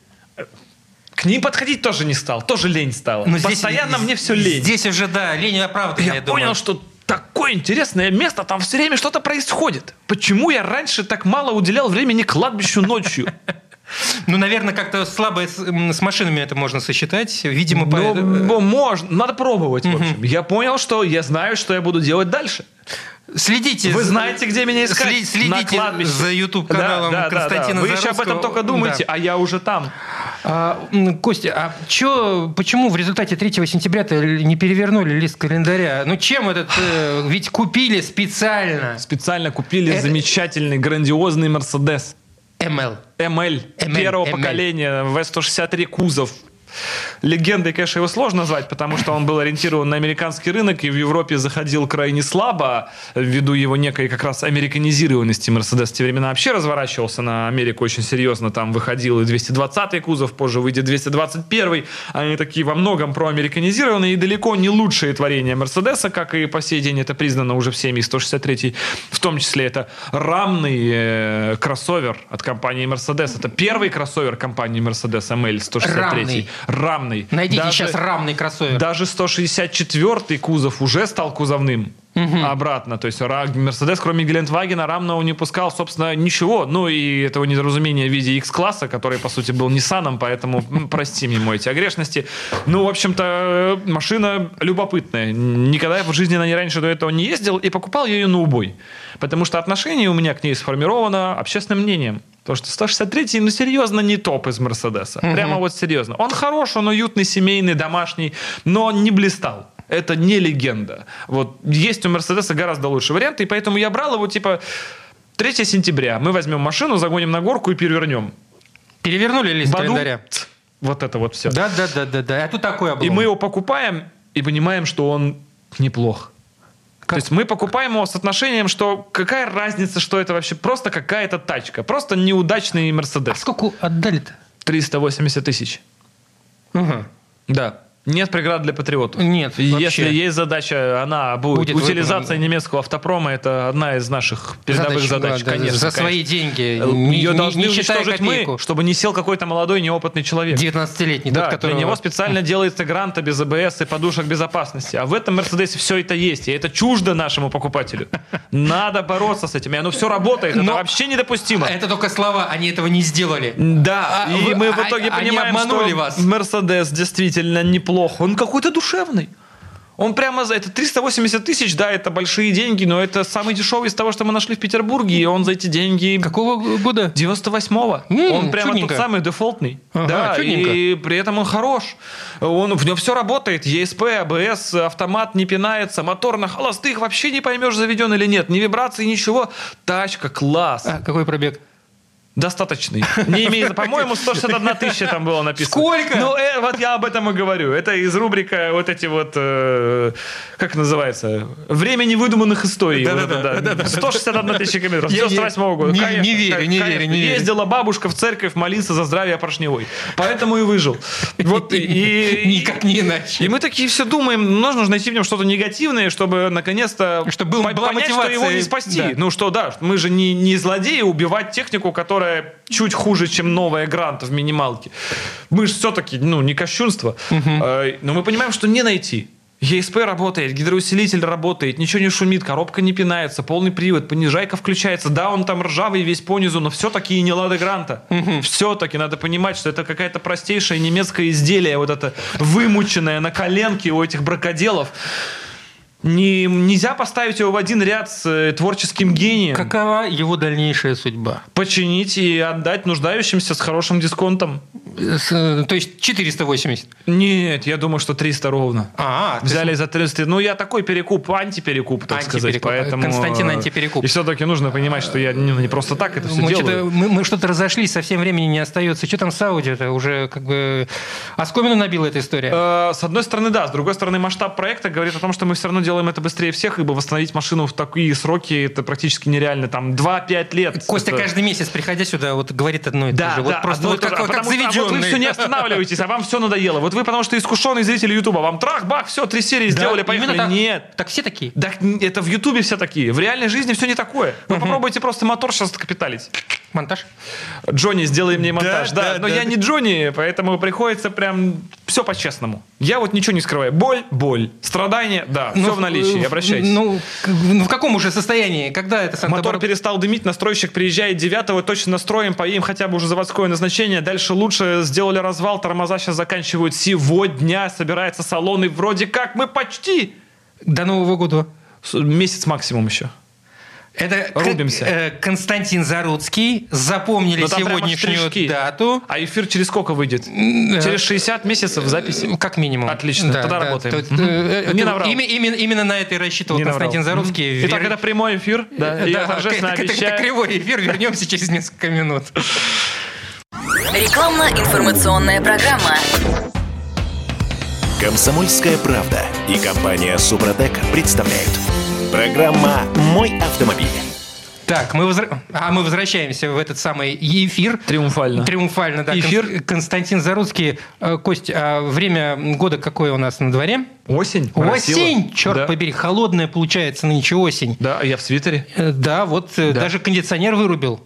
К ним подходить тоже не стал, тоже лень стала. Но постоянно здесь, мне все лень. Здесь уже, да, лень оправдана, я, я понял, думаю. что такое интересное место, там все время что-то происходит. Почему я раньше так мало уделял времени кладбищу ночью? Ну, наверное, как-то слабо с, с машинами это можно сосчитать. Видимо, ну, по... можно, надо пробовать, в общем. Я понял, что я знаю, что я буду делать дальше. Следите. Вы знаете, где меня искать? Следите на кладбище. За YouTube-каналом да, да, Константина да, да. Вы Заруцкого. еще об этом только думаете, да. а я уже там. А, Костя, а чё, почему в результате третьего сентября-то не перевернули лист календаря? Ну чем этот... Э, ведь купили специально. Специально купили Это... замечательный, грандиозный Мерседес. эм эл. эм эл. эм эл первого эм эл. Поколения, вэ сто шестьдесят три кузов. Легендой, конечно, его сложно назвать, потому что он был ориентирован на американский рынок и в Европе заходил крайне слабо, ввиду его некой как раз американизированности. Мерседес в те времена вообще разворачивался на Америку очень серьезно. Там выходил и двести двадцатый кузов, позже выйдет двести двадцать первый. Они такие во многом проамериканизированные и далеко не лучшие творения Мерседеса, как и по сей день это признано уже всеми. сто шестьдесят третий, в том числе, это рамный э, кроссовер от компании Mercedes. Это первый кроссовер компании Mercedes эм эл сто шестьдесят три. Рамный. Рамный. Найдите даже, сейчас рамный кроссовер. Даже сто шестьдесят четвёртый кузов уже стал кузовным. Угу. Обратно. То есть Мерседес, кроме Гелендвагена, рамного не пускал, собственно, ничего. Ну и этого недоразумения в виде X-класса, который, по сути, был Ниссаном, поэтому прости мне мой эти огрешности. Ну, в общем-то, машина любопытная. Никогда я в жизни на ней раньше до этого не ездил и покупал я ее на убой. Потому что отношение у меня к ней сформировано общественным мнением. Потому что сто шестьдесят третий, ну, серьезно, не топ из Мерседеса. Угу. Прямо вот серьезно. Он хорош, он уютный, семейный, домашний, но он не блистал. Это не легенда. Вот есть у Мерседеса гораздо лучшие варианты, и поэтому я брал его, типа, третьего сентября. Мы возьмем машину, загоним на горку и перевернем. Перевернули лист Баду, календаря. Вот это вот все. Да-да-да-да. А тут такой облом. И мы его покупаем и понимаем, что он неплох. Как? То есть мы покупаем его с отношением, что какая разница, что это вообще просто какая-то тачка. Просто неудачный Мерседес. А сколько отдали-то? триста восемьдесят тысяч. Угу. Да. Нет преград для патриотов. Нет, Если вообще. есть задача, она будет, будет утилизация выполнена. Немецкого автопрома, это одна из наших передовых задач, да, конечно. За конечно. свои деньги. Ее не, должны не уничтожить мы, чтобы не сел какой-то молодой неопытный человек. девятнадцатилетний. Да, тот, который... для него специально делается гранта без АБС и подушек безопасности. А в этом Мерседесе все это есть. И это чуждо нашему покупателю. Надо бороться с этим. И оно все работает. Это вообще недопустимо. Это только слова. Они этого не сделали. Да. А, и вы, мы в итоге а, понимаем, что вас. Мерседес действительно неплох. Он какой-то душевный. Он прямо за это триста восемьдесят тысяч, да, это большие деньги, но это самый дешевый из того, что мы нашли в Петербурге, и он за эти деньги... Какого года? девяносто восьмого. Mm, он прямо чудненько. Тот самый дефолтный. Ага, да, чудненько. И при этом он хорош. Он, в нем все работает. и эс пи, АБС, автомат не пинается, мотор на холостых, вообще не поймешь, заведен или нет. Ни вибрации, ничего. Тачка, класс. А какой пробег? Достаточный. Не имеет, по-моему, сто шестьдесят одна тысяча там было написано. Сколько? Ну, э, вот я об этом и говорю. Это из рубрика вот эти вот, э, как называется, время невыдуманных историй. Да, вот да, это, да, да. да, сто шестьдесят одна тысяча километров. С девяносто восьмого года. Не, конечно, не верю, не конечно. верю, не верю. Ездила бабушка в церковь молиться за здравие поршневой. Поэтому и выжил. Вот, и, Никак не иначе. И мы такие все думаем, нужно найти в нем что-то негативное, чтобы наконец-то чтобы был, была понять, мотивация. что его не спасти. Да. Ну что, да, мы же не, не злодеи убивать технику, которая чуть хуже, чем новая Гранта в минималке. Мы же все-таки, ну, не кощунство. Угу. Но мы понимаем, что не найти. и эс пи работает, гидроусилитель работает, ничего не шумит, коробка не пинается, полный привод, понижайка включается. Да, он там ржавый весь понизу, но все-таки и не Лада Гранта. Угу. Все-таки надо понимать, что это какая-то простейшее немецкое изделие, вот это вымученное на коленке у этих бракоделов. Не, нельзя поставить его в один ряд с э, творческим гением. Какова его дальнейшая судьба? Починить и отдать нуждающимся с хорошим дисконтом. С, то есть четыреста восемьдесят? Нет, я думаю, что триста ровно. А, взяли за триста. Ну, я такой перекуп, антиперекуп, так антиперекуп. сказать. Поэтому... Константин антиперекуп. И все-таки нужно понимать, что я не, не просто так это все мы делаю. Что-то, мы, мы что-то разошлись, совсем времени не остается. Что там с Audi? Это уже как бы... Оскомину набила эта история. Э, с одной стороны, да. С другой стороны, масштаб проекта говорит о том, что мы все равно делаем это быстрее всех, ибо восстановить машину в такие сроки это практически нереально. Там два-пять лет. Костя это... каждый месяц, приходя сюда, вот говорит одно и да, то же. Да, вот просто вот как, а как потому, заведенный. А вот вы все не останавливаетесь, а вам все надоело. Вот вы, потому что искушенный зритель Ютуба, вам трах-бах, все, три серии да, сделали, поехали. Так, Нет. Так все такие? Да, это в Ютубе все такие. В реальной жизни все не такое. Вы uh-huh. попробуйте просто мотор сейчас откапиталить. Монтаж? Джонни, сделай мне монтаж. Да, да, да но да, я да. не Джонни, поэтому приходится прям все по-честному. Я вот ничего не скрываю. Боль, боль. Страдания, да, ну, все в наличии, обращайтесь. Ну, в каком уже состоянии? Когда это Санта-Барбара? Мотор перестал дымить, настройщик приезжает девятого, точно настроим, поедем хотя бы уже заводское назначение. Дальше лучше, сделали развал, тормоза сейчас заканчивают сегодня, собирается салон, и вроде как мы почти... До Нового года? Месяц максимум еще. Это рубимся. К- Константин Заруцкий. Запомнили сегодняшнюю дату. А эфир через сколько выйдет? Через шестьдесят месяцев записи? Как минимум. Отлично, да, тогда да, работаем. То, mm-hmm. Не наврал. Именно, именно, именно на это и рассчитывал Не Константин наврал. Заруцкий. Mm-hmm. Итак, это прямой эфир. Да, да, я торжественно это, обещаю. Это кривой эфир. Вернемся через несколько минут. Рекламно-информационная программа. «Комсомольская правда» и компания «Супротек» представляют. Программа «Мой автомобиль». Так, мы, возра... а мы возвращаемся в этот самый эфир. Триумфально. Триумфально, да. Эфир. Константин Заруцкий. Кость, а время года какое у нас на дворе? Осень. Осень, черт да. побери, холодная получается нынче осень. Да, я в свитере. Да, вот да. Даже кондиционер вырубил.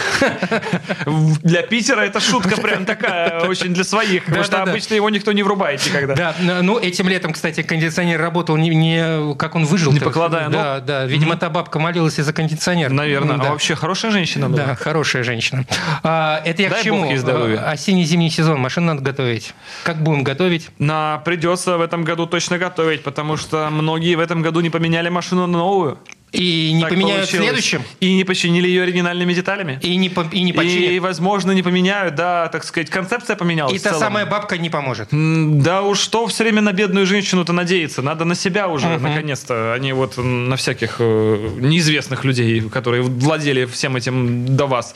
Для Питера это шутка прям такая, очень для своих, потому что обычно его никто не врубает никогда. Да, ну этим летом, кстати, кондиционер работал не, не как он выжил. Не покладая ног. Да, да, видимо, та бабка молилась из-за кондиционера. Наверное, а вообще хорошая женщина была. Да, хорошая женщина. Это я к чему? Дай бог ей здоровья. Осенне-зимний сезон, машину надо готовить. Как будем готовить? На, придется в этом году точно готовить, потому что многие в этом году не поменяли машину на новую. И не так поменяют получилось. в следующем? И не починили ее оригинальными деталями? И не, по, и не починят? И, возможно, не поменяют, да, так сказать, концепция поменялась. И та самая бабка не поможет? Да уж, что все время на бедную женщину-то надеяться? Надо на себя уже, uh-huh. наконец-то, а не вот на всяких э, неизвестных людей, которые владели всем этим до вас.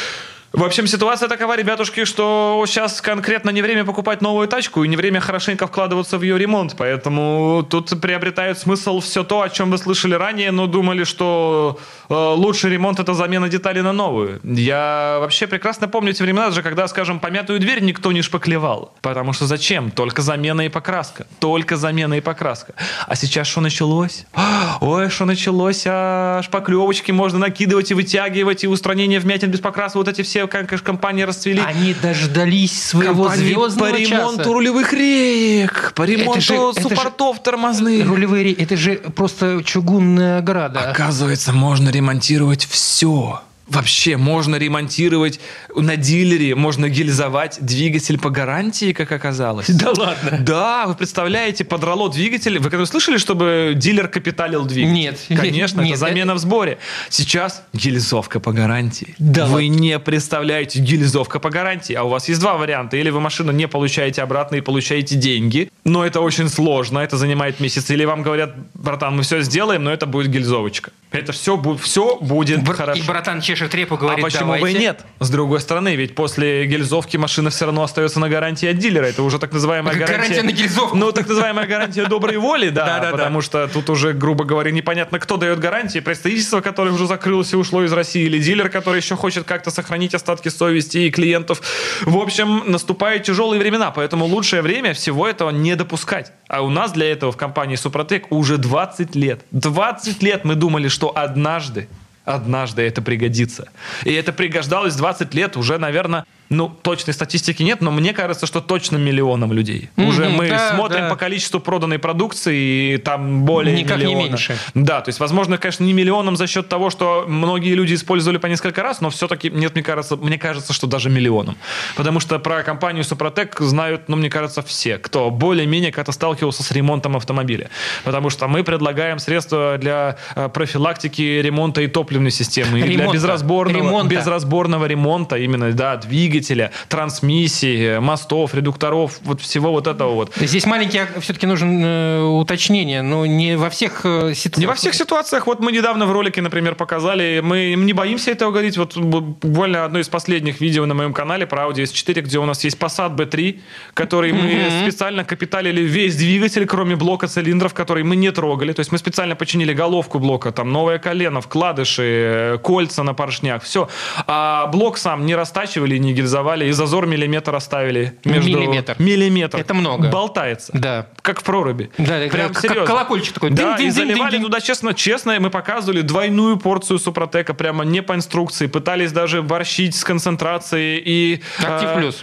В общем, ситуация такова, ребятушки, что сейчас конкретно не время покупать новую тачку и не время хорошенько вкладываться в ее ремонт. Поэтому тут приобретает смысл все то, о чем вы слышали ранее, но думали, что э, лучший ремонт – это замена деталей на новую. Я вообще прекрасно помню те времена, даже когда, скажем, помятую дверь никто не шпаклевал. Потому что зачем? Только замена и покраска. Только замена и покраска. А сейчас что началось? Ой, что началось? А шпаклевочки можно накидывать и вытягивать, и устранение вмятин без покраса. Вот эти все как компании расцвели. Они дождались своего компании звездного по ремонту часа. рулевых рек, по ремонту же, суппортов тормозных. Рулевые реки, это же просто чугунная ограда. Оказывается, можно ремонтировать все. Вообще, можно ремонтировать на дилере, можно гильзовать двигатель по гарантии, как оказалось. Да ладно? Да, вы представляете, подрало двигатель. Вы когда слышали, чтобы дилер капиталил двигатель? Нет. Конечно, нет, это замена это... в сборе. Сейчас гильзовка по гарантии. Да вы вот. не представляете, гильзовка по гарантии. А у вас есть два варианта. Или вы машину не получаете обратно и получаете деньги, но это очень сложно, это занимает месяц. Или вам говорят, братан, мы все сделаем, но это будет гильзовочка. Это все, все будет Бр- хорошо. И братан чешет репу, говорит, а почему давайте. бы и нет? С другой стороны, ведь после гильзовки машина все равно остается на гарантии от дилера. Это уже так называемая гарантия. Гарантия на гильзовку. Ну, так называемая гарантия доброй воли, да. Потому что тут уже, грубо говоря, непонятно, кто дает гарантии. Представительство, которое уже закрылось и ушло из России, или дилер, который еще хочет как-то сохранить остатки совести и клиентов. В общем, наступают тяжелые времена, поэтому лучшее время всего этого не допускать. А у нас для этого в компании Супротек уже двадцать лет. двадцать лет мы думали, что однажды Однажды это пригодится. И это пригождалось двадцать лет уже, наверное, ну, точной статистики нет, но мне кажется, что точно миллионам людей. Mm-hmm, уже мы да, смотрим да. по количеству проданной продукции, и там более Никак миллиона. не меньше. Да, то есть, возможно, конечно, не миллионам за счет того, что многие люди использовали по несколько раз, но все-таки, нет, мне кажется, мне кажется, что даже миллионам. Потому что про компанию Супротек знают, ну, мне кажется, все, кто более-менее как-то сталкивался с ремонтом автомобиля. Потому что мы предлагаем средства для профилактики ремонта и топливной системы, и для безразборного, ремонта. безразборного ремонта, именно, да, двигателя, трансмиссии, мостов, редукторов, вот всего вот этого вот. Здесь маленькие все-таки нужен э, уточнение, но не во всех э, ситуациях. Не во всех ситуациях. Вот мы недавно в ролике, например, показали, мы не боимся этого говорить. Вот буквально одно из последних видео на моем канале про Audi эс четыре, где у нас есть Passat би три, который мы mm-hmm. специально капиталили весь двигатель, кроме блока цилиндров, который мы не трогали. То есть мы специально починили головку блока, там новое колено, вкладыши, кольца на поршнях, все. А блок сам не растачивали, не гильзовали, и зазор миллиметр оставили между... Миллиметр. Миллиметр. Это много. Болтается. Да. Как в проруби. Да, прям как, серьезно. Как колокольчик такой. Да, динь, и динь, заливали динь, динь. туда, честно, честно, мы показывали двойную порцию Супротека, прямо не по инструкции, пытались даже борщить с концентрацией и... Актив э, плюс.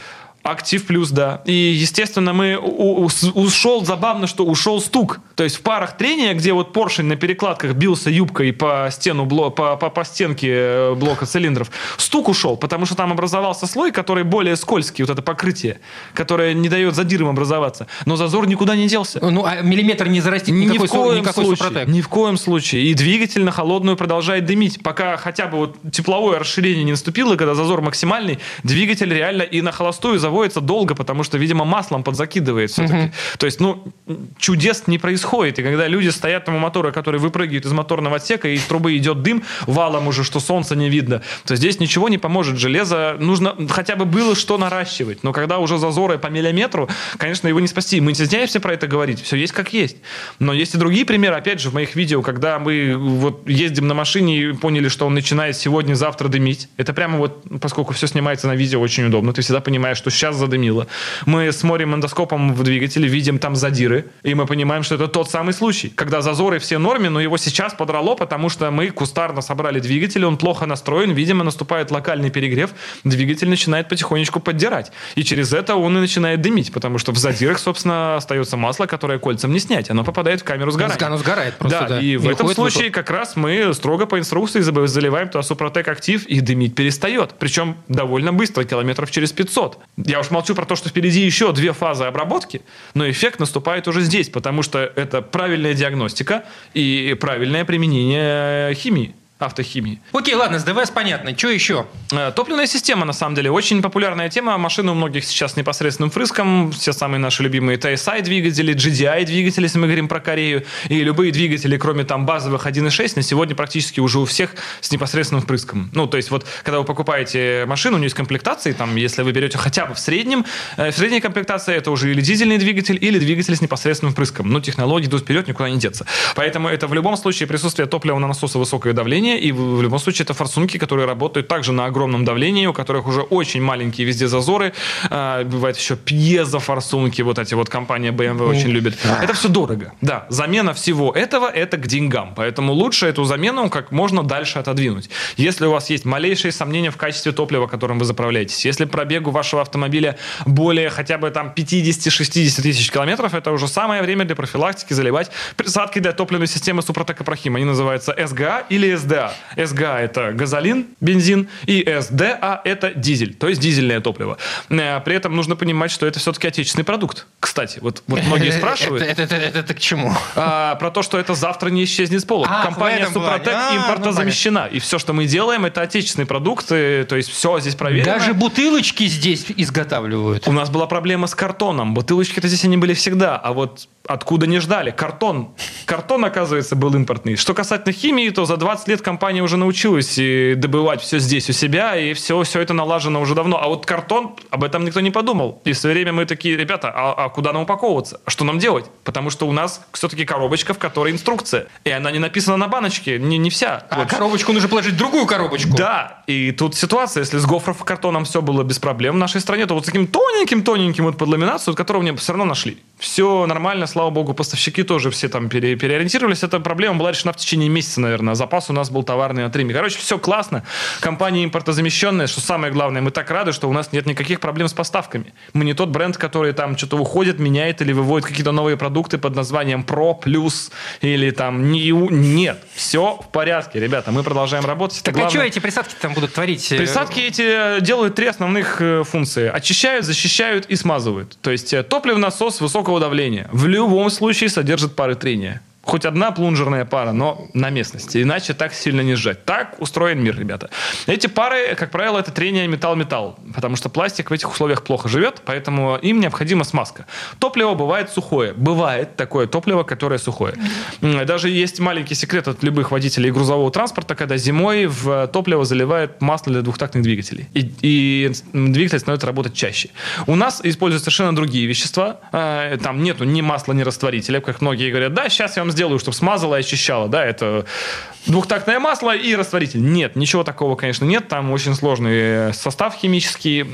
Актив плюс, да. И, естественно, мы у- у- ушел, забавно, что ушел стук. То есть в парах трения, где вот поршень на перекладках бился юбкой по стену бло- по, по, по стенке блока цилиндров, стук ушел, потому что там образовался слой, который более скользкий, вот это покрытие, которое не дает задирам образоваться. Но зазор никуда не делся. Ну, а миллиметр не зарастит Ни никакой, в коем никакой случае, Супротек. ни в коем случае. И двигатель на холодную продолжает дымить. Пока хотя бы вот тепловое расширение не наступило, когда зазор максимальный, двигатель реально и на холостую заводится долго, потому что, видимо, маслом подзакидывает все-таки. Uh-huh. То есть, ну, чудес не происходит. И когда люди стоят там у мотора, который выпрыгивает из моторного отсека, и из трубы идет дым валом уже, что солнца не видно, то здесь ничего не поможет. Железо нужно хотя бы было что наращивать. Но когда уже зазоры по миллиметру, конечно, его не спасти. Мы не стесняемся про это говорить. Все есть как есть. Но есть и другие примеры. Опять же, в моих видео, когда мы вот ездим на машине и поняли, что он начинает сегодня-завтра дымить. Это прямо вот, поскольку все снимается на видео, очень удобно. Ты всегда понимаешь, что сейчас задымило. Мы смотрим эндоскопом в двигателе, видим там задиры, и мы понимаем, что это тот самый случай, когда зазоры все в норме, но его сейчас подрало, потому что мы кустарно собрали двигатель, он плохо настроен, видимо, наступает локальный перегрев, двигатель начинает потихонечку поддирать. И через это он и начинает дымить, потому что в задирах, собственно, остается масло, которое кольцам не снять. Оно попадает в камеру сгорания. Оно сгорает просто, да. да. И в Не этом уходит случае как раз мы строго по инструкции заливаем туда Супротек Актив, и дымить перестает. Причем довольно быстро, километров через пятьсот. Я уж молчу про то, что впереди еще две фазы обработки, но эффект наступает уже здесь, потому что это правильная диагностика и правильное применение химии. Автохимии. Окей, ладно, с ДВС понятно. Что еще? Топливная система, на самом деле, очень популярная тема. Машины у многих сейчас с непосредственным впрыском. Все самые наши любимые ти эс ай двигатели, джи ди ай двигатели, если мы говорим про Корею. И любые двигатели, кроме там базовых один и шесть, на сегодня практически уже у всех с непосредственным впрыском. Ну, то есть вот, когда вы покупаете машину, у нее есть комплектации, там, если вы берете хотя бы в среднем, в средней комплектации это уже или дизельный двигатель, или двигатель с непосредственным впрыском. Но технологии идут вперед, никуда не деться. Поэтому это в любом случае присутствие топлива на насосе высокое давление. И в любом случае это форсунки, которые работают также на огромном давлении, у которых уже очень маленькие везде зазоры. А, бывает еще пьезофорсунки, вот эти вот компания бэ эм вэ очень любит. Это все дорого. Да, замена всего этого – это к деньгам. Поэтому лучше эту замену как можно дальше отодвинуть. Если у вас есть малейшие сомнения в качестве топлива, которым вы заправляетесь, если пробегу вашего автомобиля более хотя бы там пятьдесят-шестьдесят тысяч километров, это уже самое время для профилактики заливать присадки для топливной системы Супротек Опрохим. Они называются эс гэ а или эс дэ а. эс гэ а – это газолин, бензин, и эс дэ а – это дизель, то есть дизельное топливо. При этом нужно понимать, что это все-таки отечественный продукт. Кстати, вот, вот многие спрашивают. Это, это, это, это к чему? А, про то, что это завтра не исчезнет с полок. А, компания Супротек а, импортозамещена. Ну, и все, что мы делаем, это отечественные продукты, то есть все здесь проверено. Даже бутылочки здесь изготавливают. У нас была проблема с картоном. Бутылочки-то здесь они были всегда, а вот откуда не ждали? Картон. Картон, оказывается, был импортный. Что касательно химии, то за двадцать лет компания уже научилась добывать все здесь у себя, и все, все это налажено уже давно. А вот картон, об этом никто не подумал. И в свое время мы такие, ребята, а, а куда нам упаковываться? А что нам делать? Потому что у нас все-таки коробочка, в которой инструкция. И она не написана на баночке, не, не вся. А вот. Коробочку нужно положить в другую коробочку. Да, и тут ситуация, если с гофрокартоном все было без проблем в нашей стране, то вот с таким тоненьким-тоненьким вот под ламинацию, которого мне все равно нашли. Все нормально, слава богу, поставщики тоже все там пере, переориентировались. Эта проблема была решена в течение месяца, наверное. Запас у нас был товарный на три. Короче, все классно. Компания импортозамещенная, что самое главное, мы так рады, что у нас нет никаких проблем с поставками. Мы не тот бренд, который там что-то уходит, меняет или выводит какие-то новые продукты под названием Pro, Plus или там New. Нет, все в порядке, ребята. Мы продолжаем работать. Так а что эти присадки там будут творить? Присадки эти делают три основных функции. Очищают, защищают и смазывают. То есть топливный насос высокого давления в любом случае содержит пары трения. Хоть одна плунжерная пара, но на местности. Иначе так сильно не сжать. Так устроен мир, ребята. Эти пары, как правило, это трение металл-металл. Потому что пластик в этих условиях плохо живет, поэтому им необходима смазка. Топливо бывает сухое. Бывает такое топливо, которое сухое. Даже есть маленький секрет от любых водителей грузового транспорта, когда зимой в топливо заливают масло для двухтактных двигателей. И, и двигатель становится работать чаще. У нас используют совершенно другие вещества. Там нету ни масла, ни растворителя. Как многие говорят, да, сейчас я вам сделаю, чтобы смазала и очищала. Да, это двухтактное масло и растворитель. Нет, ничего такого, конечно, нет. Там очень сложный состав химический.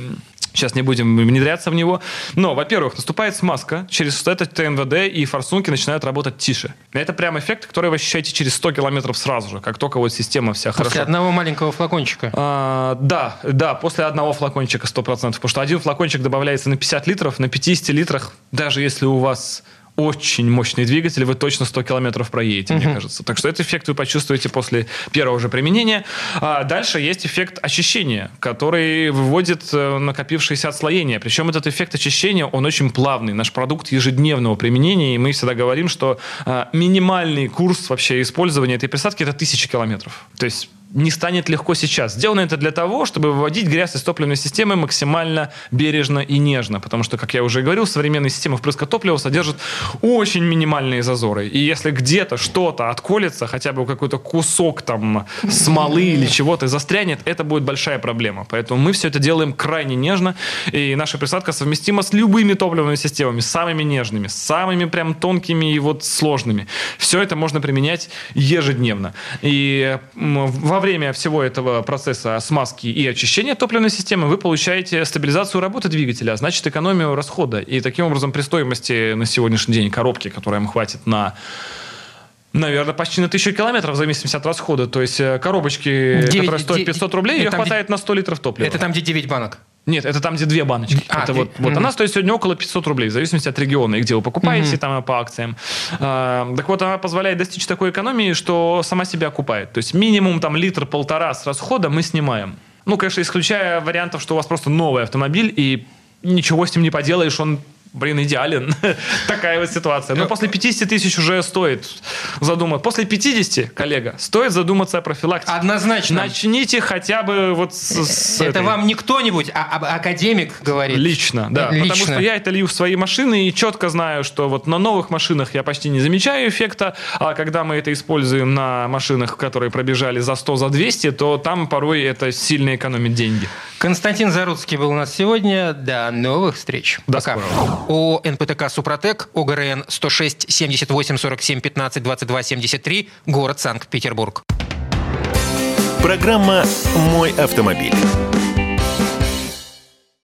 Сейчас не будем внедряться в него. Но, во-первых, наступает смазка. Через это ТНВД и форсунки начинают работать тише. Это прям эффект, который вы ощущаете через сто километров сразу же, как только вот система вся после хорошо. После одного маленького флакончика. А, да, да, после одного флакончика сто процентов. Потому что один флакончик добавляется на пятьдесят литров, на пятидесяти литрах, даже если у вас очень мощный двигатель, вы точно сто километров проедете, uh-huh. мне кажется. Так что этот эффект вы почувствуете после первого же применения. А дальше есть эффект очищения, который выводит накопившееся отслоение. Причем этот эффект очищения, он очень плавный. Наш продукт ежедневного применения, и мы всегда говорим, что а, минимальный курс вообще использования этой присадки – это тысяча километров. То есть не станет легко сейчас. Сделано это для того, чтобы выводить грязь из топливной системы максимально бережно и нежно. Потому что, как я уже говорил, современные системы впрыска топлива содержат очень минимальные зазоры. И если где-то что-то отколется, хотя бы какой-то кусок там смолы или чего-то застрянет, это будет большая проблема. Поэтому мы все это делаем крайне нежно. И наша присадка совместима с любыми топливными системами, самыми нежными, самыми прям тонкими и вот сложными. Все это можно применять ежедневно. И во Во время всего этого процесса смазки и очищения топливной системы вы получаете стабилизацию работы двигателя, а значит экономию расхода. И таким образом при стоимости на сегодняшний день коробки, которая вам хватит на, наверное, почти на тысячу километров, в зависимости от расхода, то есть коробочки, девять, которые стоят пятьсот рублей, ее хватает где, на сто литров топлива. Это там, где девять банок? Нет, это там, где две баночки. А, это вот, вот mm-hmm. она стоит сегодня около пятьсот рублей, в зависимости от региона, и где вы покупаете, mm-hmm. там по акциям. А, так вот, она позволяет достичь такой экономии, что сама себя окупает. То есть минимум там литр-полтора с расхода мы снимаем. Ну, конечно, исключая вариантов, что у вас просто новый автомобиль, и ничего с ним не поделаешь, он... Блин, идеален. Такая вот ситуация. Но после пятидесяти тысяч уже стоит задуматься. После пятидесяти, коллега, стоит задуматься о профилактике. Однозначно. Начните хотя бы вот с, с Это этой. вам не кто-нибудь, а академик говорит. Лично, да. Лично. Потому что я это лью в свои машины и четко знаю, что вот на новых машинах я почти не замечаю эффекта, а когда мы это используем на машинах, которые пробежали за сто, за двести, то там порой это сильно экономит деньги. Константин Заруцкий был у нас сегодня. До новых встреч. До Пока. скорого. ООО «НПТК Супротек», ОГРН сто шесть семьдесят восемь сорок семь пятнадцать двадцать два семьдесят три, город Санкт-Петербург. Программа «Мой автомобиль».